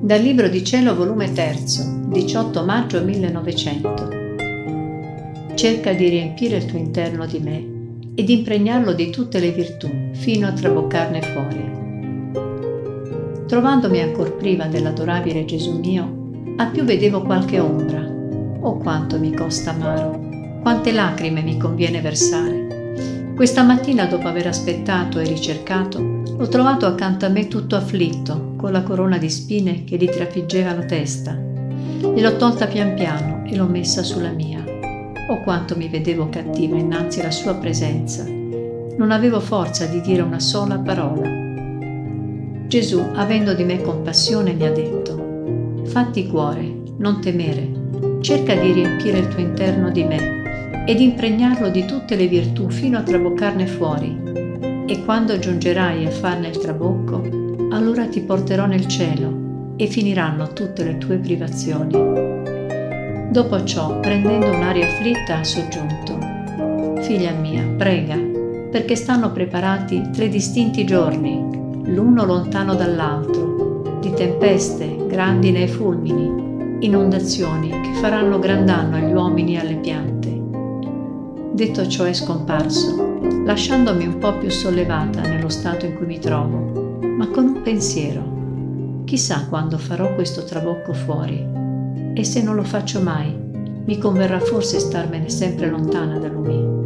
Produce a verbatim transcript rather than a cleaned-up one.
Dal Libro di Cielo, volume tre, diciotto maggio millenovecento. Cerca di riempire il tuo interno di me ed impregnarlo di tutte le virtù fino a traboccarne fuori. Trovandomi ancor priva dell'adorabile Gesù mio, al più vedevo qualche ombra. Oh, quanto mi costa amaro, quante lacrime mi conviene versare. Questa mattina, dopo aver aspettato e ricercato, l'ho trovato accanto a me tutto afflitto, con la corona di spine che gli trafiggeva la testa. Gliel'ho tolta pian piano e l'ho messa sulla mia. Oh, quanto mi vedevo cattiva innanzi alla sua presenza. Non avevo forza di dire una sola parola. Gesù, avendo di me compassione, mi ha detto: fatti cuore, non temere, cerca di riempire il tuo interno di me ed impregnarlo di tutte le virtù fino a traboccarne fuori. E quando giungerai a farne il trabocco, allora ti porterò nel cielo e finiranno tutte le tue privazioni. Dopo ciò, prendendo un'aria afflitta, ha soggiunto: figlia mia, prega, perché stanno preparati tre distinti giorni, l'uno lontano dall'altro, di tempeste, grandine e fulmini, inondazioni che faranno gran danno agli uomini e alle piante. Detto ciò è scomparso, lasciandomi un po' più sollevata nello stato in cui mi trovo, ma con un pensiero: chissà quando farò questo trabocco fuori, e se non lo faccio mai, mi converrà forse starmene sempre lontana da lui.